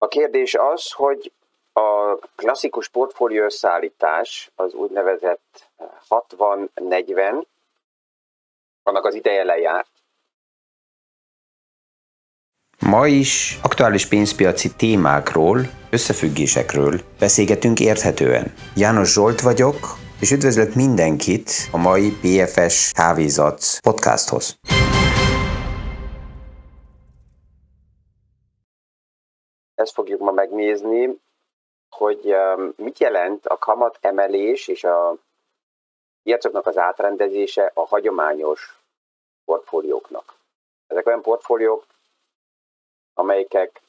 kérdés az, hogy a klasszikus portfólió összeállítás, az úgynevezett 60-40, annak az ideje lejárt. Ma is aktuális pénzpiaci témákról, összefüggésekről beszélgetünk érthetően. János Zsolt vagyok, és üdvözlök mindenkit a mai PFS Kávézac podcasthoz. Ezt fogjuk ma megnézni, hogy mit jelent a kamat emelés és a piacoknak az átrendezése a hagyományos portfólióknak. Ezek olyan portfóliók, amelyek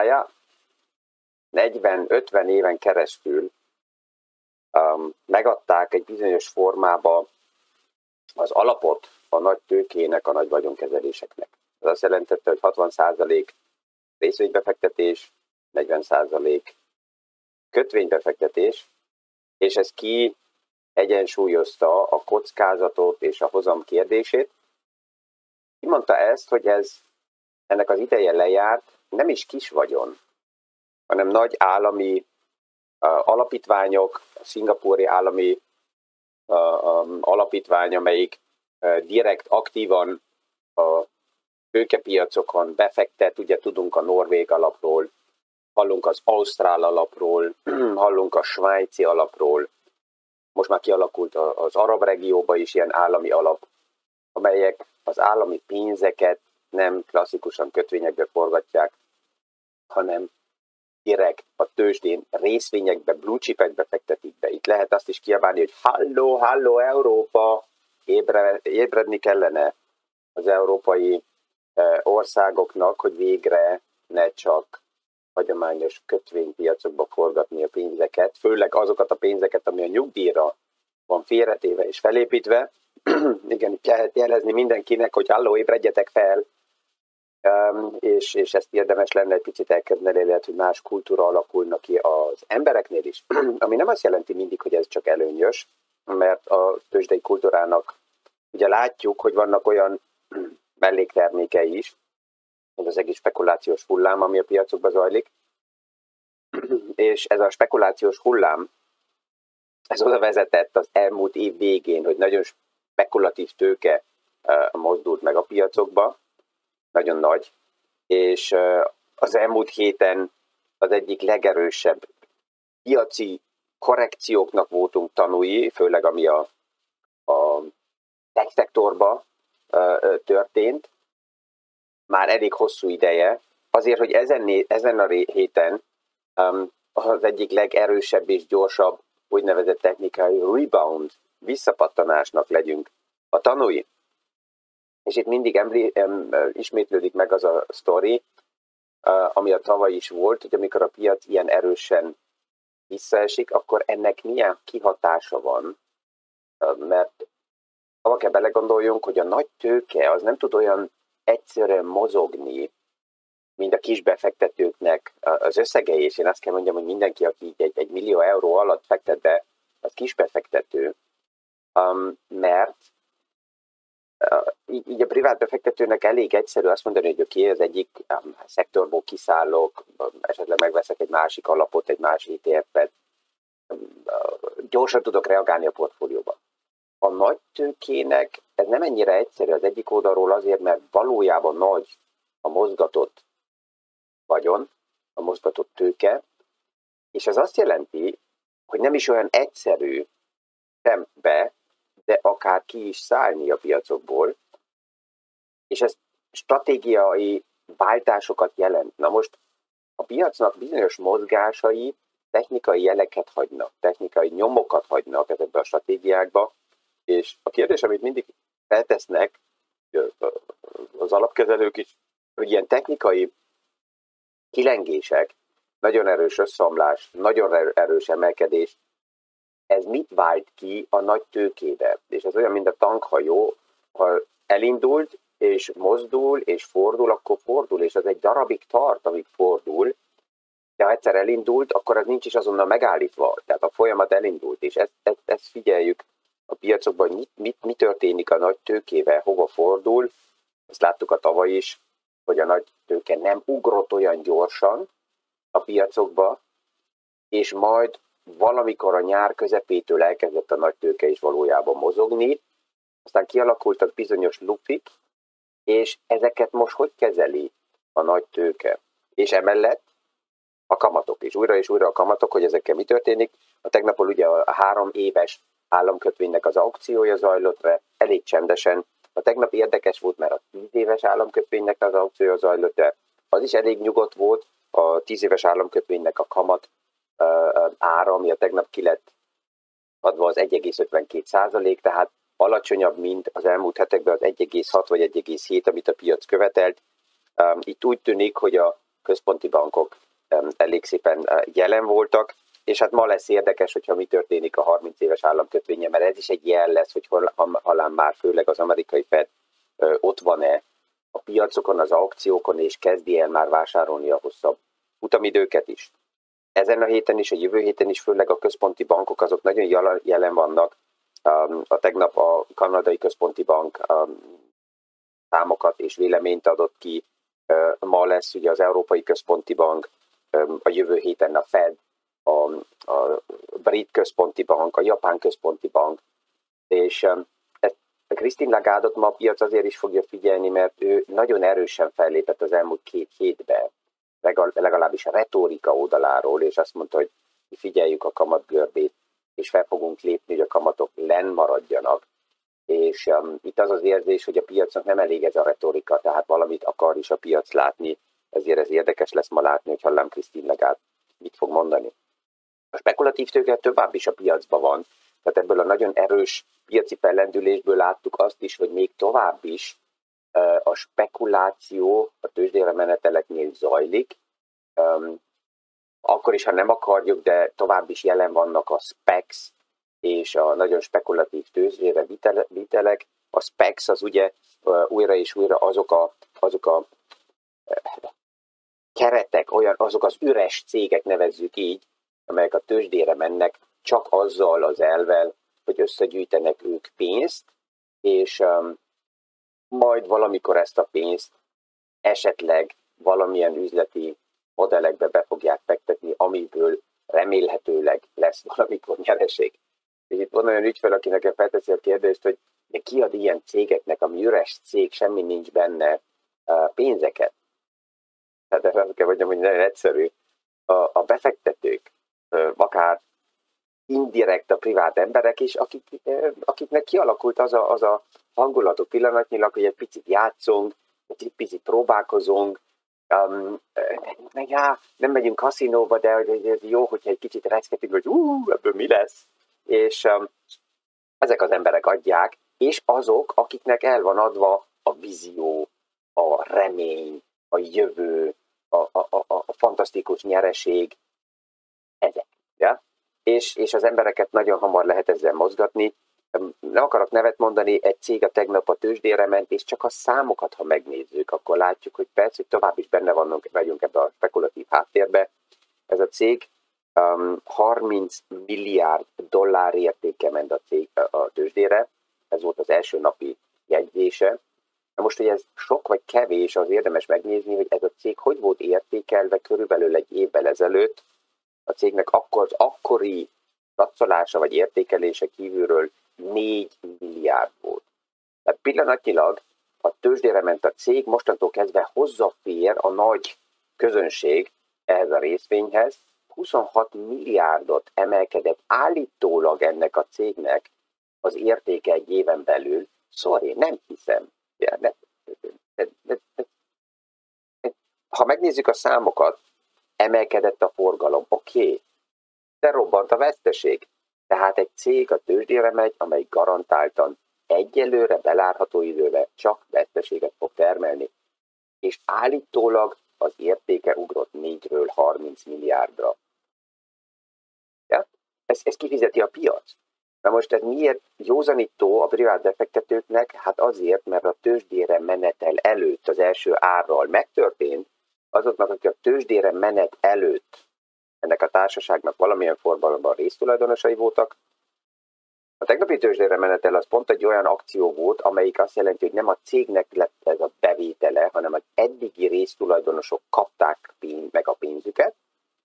40-50 éven keresztül megadták egy bizonyos formába az alapot a nagy tőkének, a nagy vagyonkezeléseknek. Ez azt jelentette, hogy 60% részvénybefektetés, 40% kötvénybefektetés, és ez ki egyensúlyozta a kockázatot és a hozam kérdését. Ki mondta ezt, hogy ennek az ideje lejárt, nem is kis vagyon, hanem nagy állami alapítványok, a szingapúri állami alapítvány, amelyik direkt aktívan a tőkepiacokon befektet, ugye tudunk a norvég alapról, hallunk az ausztrál alapról, hallunk a svájci alapról, most már kialakult az arab regióban is ilyen állami alap, amelyek az állami pénzeket nem klasszikusan kötvényekbe forgatják, hanem direkt a tőzsdén részvényekbe, blue chipekbe fektetik be. Itt lehet azt is kiabálni, hogy halló Európa, ébredni kellene az európai országoknak, hogy végre ne csak hagyományos kötvénypiacokba forgatni a pénzeket, főleg azokat a pénzeket, ami a nyugdíjra van félretéve és felépítve. Igen, itt lehet jelezni mindenkinek, hogy halló, ébredjetek fel, és ezt érdemes lenne egy picit elkezdeni, lehet, hogy más kultúra alakulnak ki az embereknél is. Ami nem azt jelenti mindig, hogy ez csak előnyös, mert a tőzsdei kultúrának ugye látjuk, hogy vannak olyan melléktermékei is, ez az egész spekulációs hullám, ami a piacokban zajlik, és ez a spekulációs hullám, ez oda vezetett az elmúlt év végén, hogy nagyon spekulatív tőke mozdult meg a piacokba, nagyon nagy, és az elmúlt héten az egyik legerősebb piaci korrekcióknak voltunk tanúi, főleg ami a tech szektorban történt, már elég hosszú ideje, azért, hogy ezen a héten az egyik legerősebb és gyorsabb úgynevezett technikai rebound, visszapattanásnak legyünk a tanúi. És itt mindig ismétlődik meg az a sztori, ami a tavaly is volt, hogy amikor a piac ilyen erősen visszaesik, akkor ennek milyen kihatása van, mert abba kell belegondoljunk, hogy a nagy tőke az nem tud olyan egyszerűen mozogni, mint a kisbefektetőknek az összegei, és én azt kell mondjam, hogy mindenki, aki egy millió euró alatt fektet be, az kisbefektető, mert így a privát befektetőnek elég egyszerű azt mondani, hogy oké, az egyik szektorból kiszállok, esetleg megveszek egy másik alapot, egy másik ETF-et, gyorsan tudok reagálni a portfólióba. A nagy tőkének ez nem ennyire egyszerű az egyik oldalról azért, mert valójában nagy a mozgatott vagyon, a mozgatott tőke, és ez azt jelenti, hogy nem is olyan egyszerű sem be, de akár ki is szállni a piacokból, és ez stratégiai váltásokat jelent. Na most a piacnak bizonyos mozgásai technikai jeleket hagynak, technikai nyomokat hagynak ezekbe a stratégiákba, és a kérdés, amit mindig feltesznek az alapkezelők is, hogy ilyen technikai kilengések, nagyon erős összeomlás, nagyon erős emelkedés, ez mit vált ki a nagy tőkébe? És ez olyan, mint a tankhajó, ha elindult, és mozdul, és fordul, akkor fordul, és az egy darabig tart, amíg fordul, de ha egyszer elindult, akkor az nincs is azonnal megállítva, tehát a folyamat elindult, és ezt figyeljük a piacokban, hogy mi történik a nagy tőkével, hova fordul, ezt láttuk a tavaly is, hogy a nagy tőke nem ugrott olyan gyorsan, a piacokba, és majd valamikor a nyár közepétől elkezdett a nagy tőke is valójában mozogni, aztán kialakultak bizonyos lupik, és ezeket most hogy kezeli a nagy tőke? És emellett a kamatok is. Újra és újra a kamatok, hogy ezekkel mi történik. A tegnapon ugye a 3 éves államkötvénynek az aukciója zajlott le, elég csendesen. A tegnap érdekes volt, mert a 10 éves államkötvénynek az aukciója zajlott le. Az is elég nyugodt volt, a 10 éves államkötvénynek a kamat ára, ami a tegnap ki lett adva az 1,52%, tehát alacsonyabb, mint az elmúlt hetekben az 1,6 vagy 1,7, amit a piac követelt. Itt úgy tűnik, hogy a központi bankok elég szépen jelen voltak, és hát ma lesz érdekes, hogyha mi történik a 30 éves államkötvénye, mert ez is egy jel lesz, hogy halán már főleg az amerikai Fed ott van-e a piacokon, az aukciókon, és kezdi el már vásárolni a hosszabb futamidőket is. Ezen a héten is, a jövő héten is, főleg a központi bankok, azok nagyon jelen vannak. A tegnap a kanadai központi bank számokat és véleményt adott ki. Ma lesz ugye az Európai Központi Bank, a jövő héten a Fed, a Brit Központi Bank, a Japán Központi Bank, és a Christine Lagarde-ot ma a piac azért is fogja figyelni, mert ő nagyon erősen fellépett az elmúlt 2 hétben, legalábbis a retorika oldaláról, és azt mondta, hogy figyeljük a kamatgörbét, és fel fogunk lépni, hogy a kamatok lenn maradjanak. És itt az az érzés, hogy a piacnak nem elég ez a retorika, tehát valamit akar is a piac látni, ezért ez érdekes lesz ma látni, hogy hallám Christine Lagarde mit fog mondani. A spekulatív tőke tovább is a piacban van, tehát ebből a nagyon erős piaci fellendülésből láttuk azt is, hogy még tovább is a spekuláció a tőzsdére meneteleknél zajlik, akkor is, ha nem akarjuk, de tovább is jelen vannak a SPACs és a nagyon spekulatív tőzsdére vitelek. A SPACs az ugye újra és újra azok a keretek, azok az üres cégek, nevezzük így, amelyek a tőzsdére mennek, csak azzal az elvel, hogy összegyűjtenek ők pénzt, és majd valamikor ezt a pénzt esetleg valamilyen üzleti modellekbe be fogják fektetni, amiből remélhetőleg lesz valamikor nyereség. És itt van olyan ügyfél, aki nekem felteszi a kérdést, hogy ki ad ilyen cégeknek, ami üres cég, semmi nincs benne, pénzeket. Tehát azt kell mondjam, hogy nagyon egyszerű. A befektetők, akár indirekt a privát emberek is, akiknek kialakult az a hangulatok pillanatnyilag, hogy egy picit játszunk, egy picit próbálkozunk, nem megyünk kaszinóba, de jó, hogyha egy kicsit reszketünk, hogy ebből mi lesz. És ezek az emberek adják, és azok, akiknek el van adva a vízió, a remény, a jövő, a fantasztikus nyereség, ezek. Ja? És az embereket nagyon hamar lehet ezzel mozgatni. Nem akarok nevet mondani, egy cég a tegnap a tőzsdére ment, és csak a számokat, ha megnézzük, akkor látjuk, hogy persze, hogy tovább is benne vagyunk ebbe a spekulatív háttérbe. Ez a cég 30 milliárd dollár értéke ment a tőzsdére, ez volt az első napi jegyzése. Na most, hogy ez sok vagy kevés, az érdemes megnézni, hogy ez a cég hogy volt értékelve körülbelül egy évvel ezelőtt. A cégnek az akkori tatszolása vagy értékelése kívülről 4 milliárd volt. Tehát pillanatnyilag a tőzsdére ment a cég, mostantól kezdve hozzáfér a nagy közönség ehhez a részvényhez. 26 milliárdot emelkedett állítólag ennek a cégnek az értéke egy éven belül. Sorry, nem hiszem. Ha megnézzük a számokat, emelkedett a forgalom, oké, de robbant a veszteség. Tehát egy cég a tőzsdére megy, amely garantáltan egyelőre belátható időre csak veszteséget fog termelni. És állítólag az értéke ugrott 4-ről 30 milliárdra. Ja? Ez kifizeti a piac. Na most ez miért józanító a privát befektetőknek? Hát azért, mert a tőzsdére menetel előtt az első árral megtörtént, azoknak, akik a tőzsdére menet előtt ennek a társaságnak valamilyen formában résztulajdonosai voltak. A tegnapi tőzsdére menetel az pont egy olyan akció volt, amelyik azt jelenti, hogy nem a cégnek lett ez a bevétele, hanem az eddigi résztulajdonosok kapták meg a pénzüket,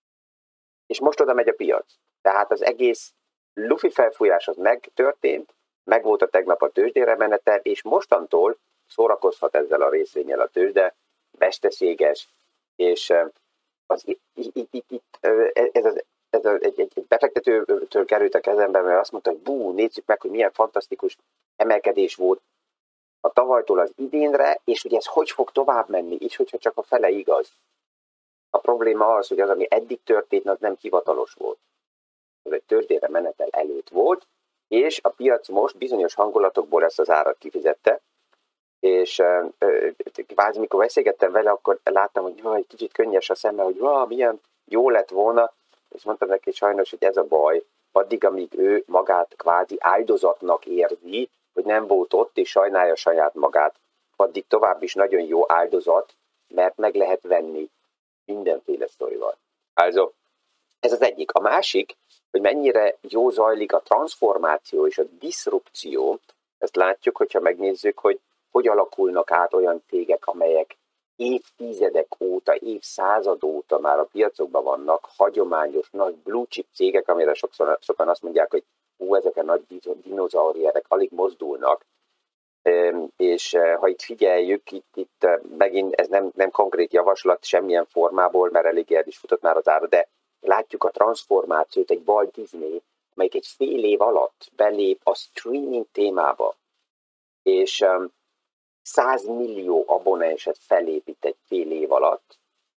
és most oda megy a piac. Tehát az egész lufi felfújás az megtörtént, megvolt a tegnap a tőzsdére menetel, és mostantól szórakozhat ezzel a részvénnyel a tőzsde, veszteséges, és egy befektetőtől került a kezembe, mert azt mondta, hogy nézzük meg, hogy milyen fantasztikus emelkedés volt a tavalytól az idénre, és hogy ez hogy fog tovább menni, és hogyha csak a fele igaz. A probléma az, hogy az, ami eddig történt, az nem hivatalos volt. Ez egy tőzsdére menetel előtt volt, és a piac most bizonyos hangulatokból ezt az árat kifizette, és kvázi, mikor beszélgettem vele, akkor láttam, hogy egy kicsit könnyes a szeme, hogy milyen jó lett volna, és mondtam neki, hogy sajnos, hogy ez a baj, addig, amíg ő magát kvázi áldozatnak érzi, hogy nem volt ott, és sajnálja saját magát, addig tovább is nagyon jó áldozat, mert meg lehet venni mindenféle sztorival. Also, ez az egyik. A másik, hogy mennyire jó zajlik a transformáció és a diszrupció, ezt látjuk, hogyha megnézzük, hogy alakulnak át olyan cégek, amelyek évtizedek óta, évszázad óta már a piacokban vannak, hagyományos, nagy blue chip cégek, amire sokan azt mondják, hogy ezek a nagy dinozaurierek alig mozdulnak, és ha itt figyeljük, itt megint ez nem konkrét javaslat semmilyen formából, mert eléggé el is futott már az ára, de látjuk a transformációt, egy Walt Disney, amelyik egy fél év alatt belép a streaming témába, és 100 millió abonenset felépít egy fél év alatt,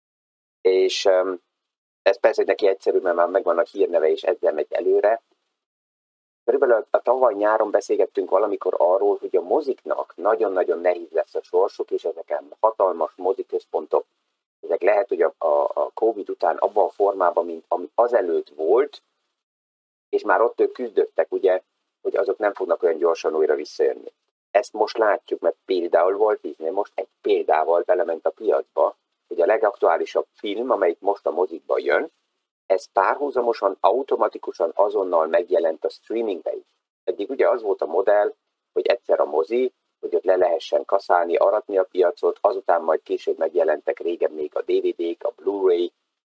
és ez persze, hogy neki egyszerű, mert már megvan a hírneve, és ezzel megy előre. Körülbelül a tavaly nyáron beszélgettünk valamikor arról, hogy a moziknak nagyon-nagyon nehéz lesz a sorsuk, és ezeken hatalmas moziközpontok, ezek lehet, hogy a Covid után abban a formában, mint ami azelőtt volt, és már ott ők küzdöttek, ugye, hogy azok nem fognak olyan gyorsan újra visszajönni. Ezt most látjuk, mert például Walt Disney most egy példával belement a piacba, hogy a legaktuálisabb film, amelyik most a mozikba jön, ez párhuzamosan, automatikusan azonnal megjelent a streamingbe is. Eddig ugye az volt a modell, hogy egyszer a mozi, hogy ott le lehessen kaszálni, aratni a piacot, azután majd később megjelentek régen még a DVD-k, a Blu-ray,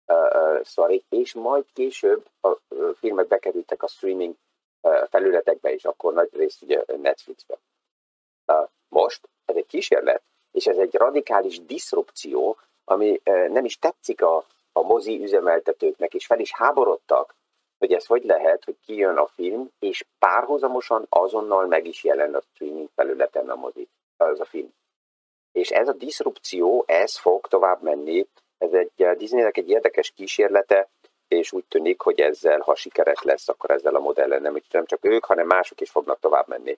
és majd később a filmek bekerültek a streaming felületekbe, és akkor nagy részt ugye Netflixbe. Most ez egy kísérlet, és ez egy radikális diszrupció, ami nem is tetszik a mozi üzemeltetőknek, és fel is háborodtak, hogy ez hogy lehet, hogy kijön a film, és párhuzamosan azonnal meg is jelen a streaming felületen az a film. És ez a diszrupció, ez fog tovább menni, ez Disneynek egy érdekes kísérlete, és úgy tűnik, hogy ezzel, ha sikeres lesz, akkor ezzel a modellen nem csak ők, hanem mások is fognak tovább menni.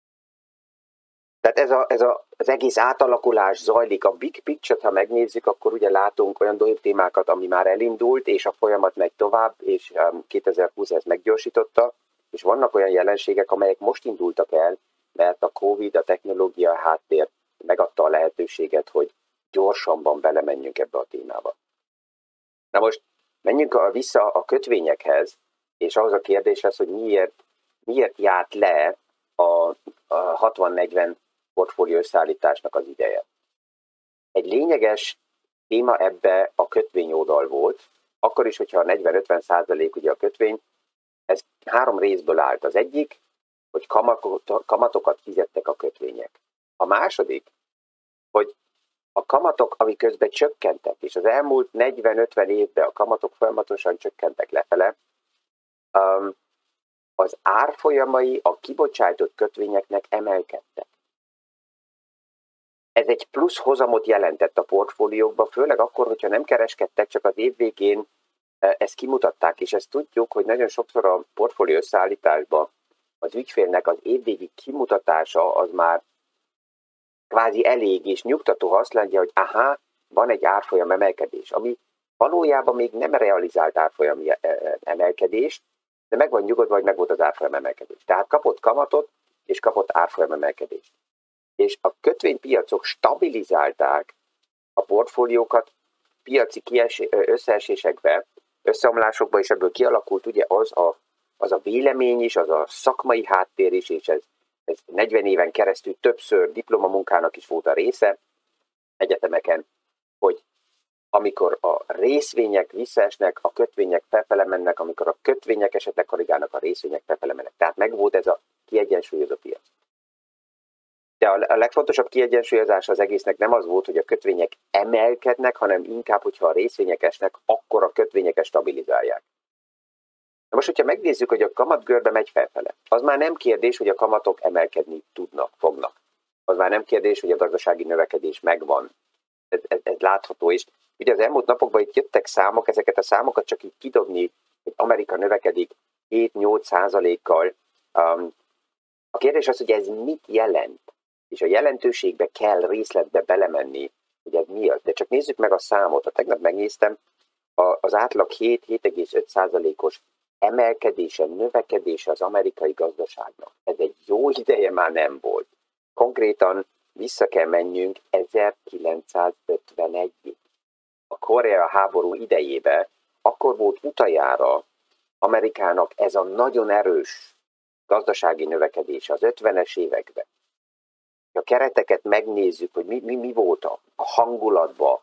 Tehát az egész átalakulás zajlik. A big picture-t, ha megnézzük, akkor ugye látunk olyan dolgok témákat, ami már elindult, és a folyamat megy tovább, és 2020 ezt meggyorsította, és vannak olyan jelenségek, amelyek most indultak el, mert a Covid, a technológia, a háttér megadta a lehetőséget, hogy gyorsabban belemenjünk ebbe a témába. Na most menjünk vissza a kötvényekhez, és ahhoz a kérdéshez, hogy miért járt le a 60-40 portfólió összeállításnak az ideje. Egy lényeges téma ebbe a kötvény oldal volt, akkor is, hogyha a 40-50% ugye a kötvény, ez 3 részből állt. Az egyik, hogy kamatokat fizettek a kötvények. A második, hogy a kamatok, ami közben csökkentek, és az elmúlt 40-50 évben a kamatok folyamatosan csökkentek lefele, az árfolyamai a kibocsájtott kötvényeknek emelkedtek. Ez egy plusz hozamot jelentett a portfóliókba, főleg akkor, hogyha nem kereskedtek, csak az év végén ezt kimutatták, és ezt tudjuk, hogy nagyon sokszor a portfólió összeállításban az ügyfélnek az évvégi kimutatása az már kvázi elég és nyugtató, ha azt látja, hogy van egy árfolyam emelkedés, ami valójában még nem realizált árfolyam emelkedés, de meg van nyugodva, hogy meg volt az árfolyam emelkedés. Tehát kapott kamatot, és kapott árfolyam emelkedést. És a kötvénypiacok stabilizálták a portfóliókat piaci összeesésekbe, összeomlásokba, és ebből kialakult ugye az a vélemény is, az a szakmai háttér is, és ez 40 éven keresztül többször diplomamunkának is volt a része egyetemeken, hogy amikor a részvények visszaesnek, a kötvények felfele mennek, amikor a kötvények esetleg korrigálnak, a részvények felfele mennek. Tehát megvolt ez a kiegyensúlyozó piac. De a legfontosabb kiegyensúlyozás az egésznek nem az volt, hogy a kötvények emelkednek, hanem inkább, hogyha a részvények esnek, akkor a kötvényeket stabilizálják. Na most, hogyha megnézzük, hogy a kamatgörbe megy felfele, az már nem kérdés, hogy a kamatok emelkedni tudnak, fognak. Az már nem kérdés, hogy a gazdasági növekedés megvan. Ez látható is. Ugye az elmúlt napokban itt jöttek számok, ezeket a számokat csak így kidobni, hogy Amerika növekedik 7-8%-kal. A kérdés az, hogy ez mit jelent? És a jelentőségbe kell részletbe belemenni, hogy ez mi az. De csak nézzük meg a számot. A tegnap megnéztem, az átlag 7-7,5%-os emelkedése, növekedése az amerikai gazdaságnak. Ez egy jó ideje már nem volt. Konkrétan vissza kell menjünk 1951-ig. A Korea háború idejében akkor volt utoljára Amerikának ez a nagyon erős gazdasági növekedése az 50-es években. A kereteket megnézzük, hogy mi volt a hangulatban,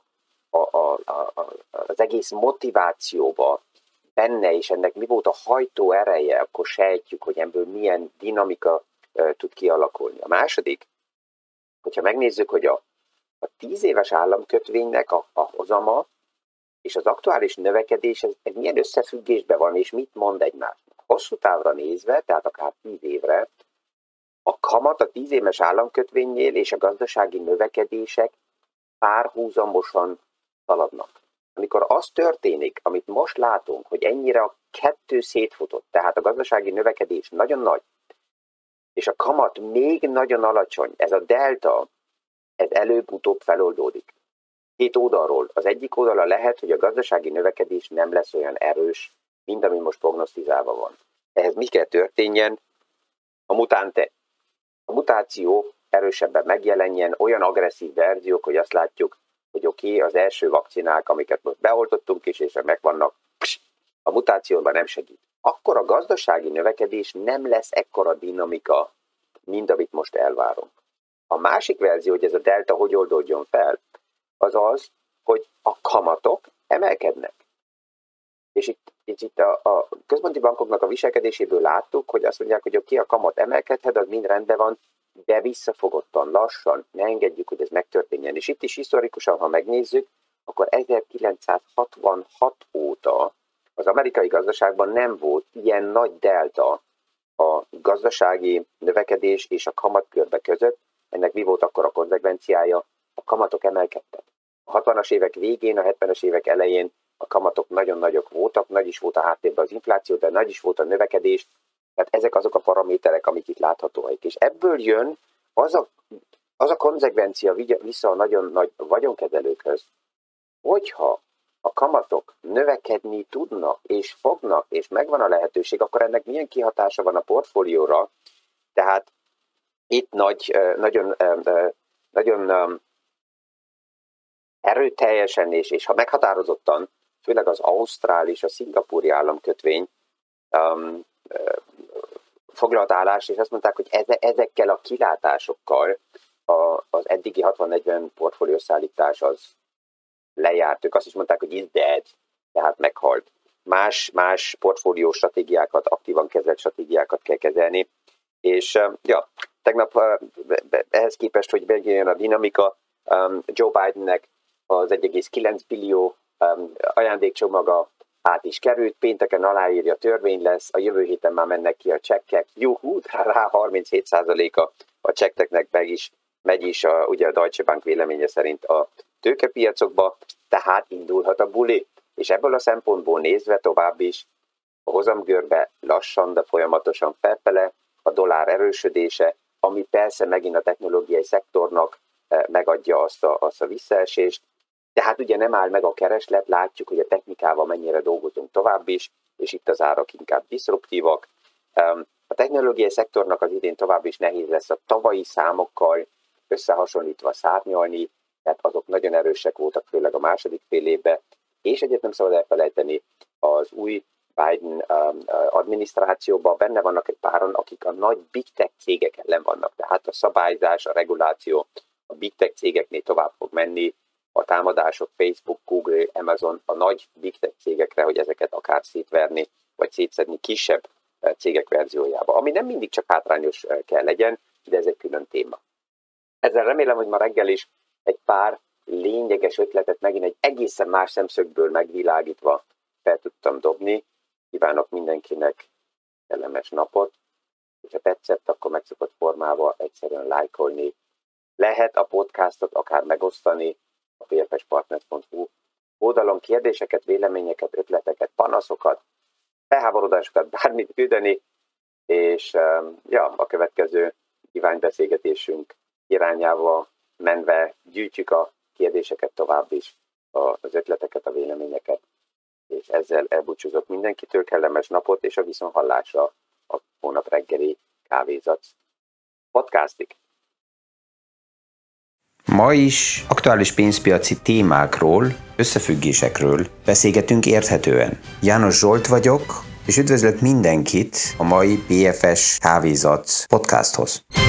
az egész motivációban benne, és ennek mi volt a hajtó ereje, akkor sejtjük, hogy ebből milyen dinamika tud kialakulni. A második, hogyha megnézzük, hogy a 10 éves államkötvénynek a hozama és az aktuális növekedés, ez milyen összefüggésben van, és mit mond egymásnak. Hosszú távra nézve, tehát akár 10 évre, a kamat a 10 éves államkötvénynél és a gazdasági növekedések párhuzamosan szaladnak. Amikor az történik, amit most látunk, hogy ennyire a kettő szétfutott, tehát a gazdasági növekedés nagyon nagy, és a kamat még nagyon alacsony, ez a delta, ez előbb-utóbb feloldódik. Két oldalról. Az egyik oldala lehet, hogy a gazdasági növekedés nem lesz olyan erős, mint ami most prognosztizálva van. Ehhez mi kell történjen? A mutante. A mutáció erősebben megjelenjen, olyan agresszív verziók, hogy azt látjuk, hogy oké, az első vakcinák, amiket most beoltottunk is, és megvannak, a mutációban nem segít. Akkor a gazdasági növekedés nem lesz ekkora dinamika, mint amit most elvárunk. A másik verzió, hogy ez a delta hogy oldódjon fel, az az, hogy a kamatok emelkednek. És itt a központi bankoknak a viselkedéséből láttuk, hogy azt mondják, hogy oké, a kamat emelkedhet, az mind rendben van, de visszafogottan, lassan, ne engedjük, hogy ez megtörténjen. És itt is historikusan, ha megnézzük, akkor 1966 óta az amerikai gazdaságban nem volt ilyen nagy delta a gazdasági növekedés és a kamatkörbe között. Ennek mi volt akkor a konzekvenciája? A kamatok emelkedtek. A 60-as évek végén, a 70-es évek elején a kamatok nagyon nagyok voltak, nagy is volt a háttérben az infláció, de nagy is volt a növekedés. Tehát ezek azok a paraméterek, amik itt láthatóak. És ebből jön az a konzekvencia vissza a nagyon nagy vagyonkezelőkhöz, hogyha a kamatok növekedni tudnak és fognak, és megvan a lehetőség, akkor ennek milyen kihatása van a portfólióra. Tehát itt nagyon erőteljesen és ha meghatározottan, főleg az ausztrál és a szingapúri államkötvény foglalt állás, és azt mondták, hogy ezekkel a kilátásokkal az eddigi 60-40 portfóliószállítás az lejárt. Ők azt is mondták, hogy is dead, tehát meghalt. Más portfólió stratégiákat, aktívan kezelt stratégiákat kell kezelni. És tegnap ehhez képest, hogy megjön a dinamika, Joe Bidennek az 1,9 billió ajándékcsomaga át is került, pénteken aláírja, törvény lesz, a jövő héten már mennek ki a csekkek, juhú, rá 37%-a a csekteknek megy is ugye a Deutsche Bank véleménye szerint a tőkepiacokba, tehát indulhat a buli. És ebből a szempontból nézve tovább is a hozamgörbe lassan, de folyamatosan felfele, a dollár erősödése, ami persze megint a technológiai szektornak megadja azt a visszaesést, de hát ugye nem áll meg a kereslet, látjuk, hogy a technikával mennyire dolgozunk tovább is, és itt az árak inkább diszruptívak. A technológiai szektornak az idén tovább is nehéz lesz a tavalyi számokkal összehasonlítva szárnyalni, tehát azok nagyon erősek voltak, főleg a második fél évben, és egyet nem szabad elfelejteni, az új Biden adminisztrációban benne vannak egy páran, akik a nagy big tech cégek ellen vannak, tehát a szabályzás, a reguláció a big tech cégeknél tovább fog menni, a támadások Facebook, Google, Amazon, a nagy big tech cégekre, hogy ezeket akár szétverni, vagy szétszedni kisebb cégek verziójába, ami nem mindig csak hátrányos kell legyen, de ez egy külön téma. Ezzel remélem, hogy ma reggel is egy pár lényeges ötletet megint egy egészen más szemszögből megvilágítva fel tudtam dobni. Kívánok mindenkinek kellemes napot. Ha tetszett, akkor megszokott formával egyszerűen lájkolni. Lehet a podcastot akár megosztani a pfspartners.hu oldalon, kérdéseket, véleményeket, ötleteket, panaszokat, felháborodásokat, bármit küldeni, és a következő kíványbeszélgetésünk irányába menve gyűjtjük a kérdéseket tovább is, az ötleteket, a véleményeket, és ezzel elbúcsúzok mindenkitől, kellemes napot, és a viszonthallásra a hónap reggeli kávézac podcastig. Ma is aktuális pénzpiaci témákról, összefüggésekről beszélgetünk érthetően. János Zsolt vagyok, és üdvözlök mindenkit a mai PFS Kávézac podcasthoz.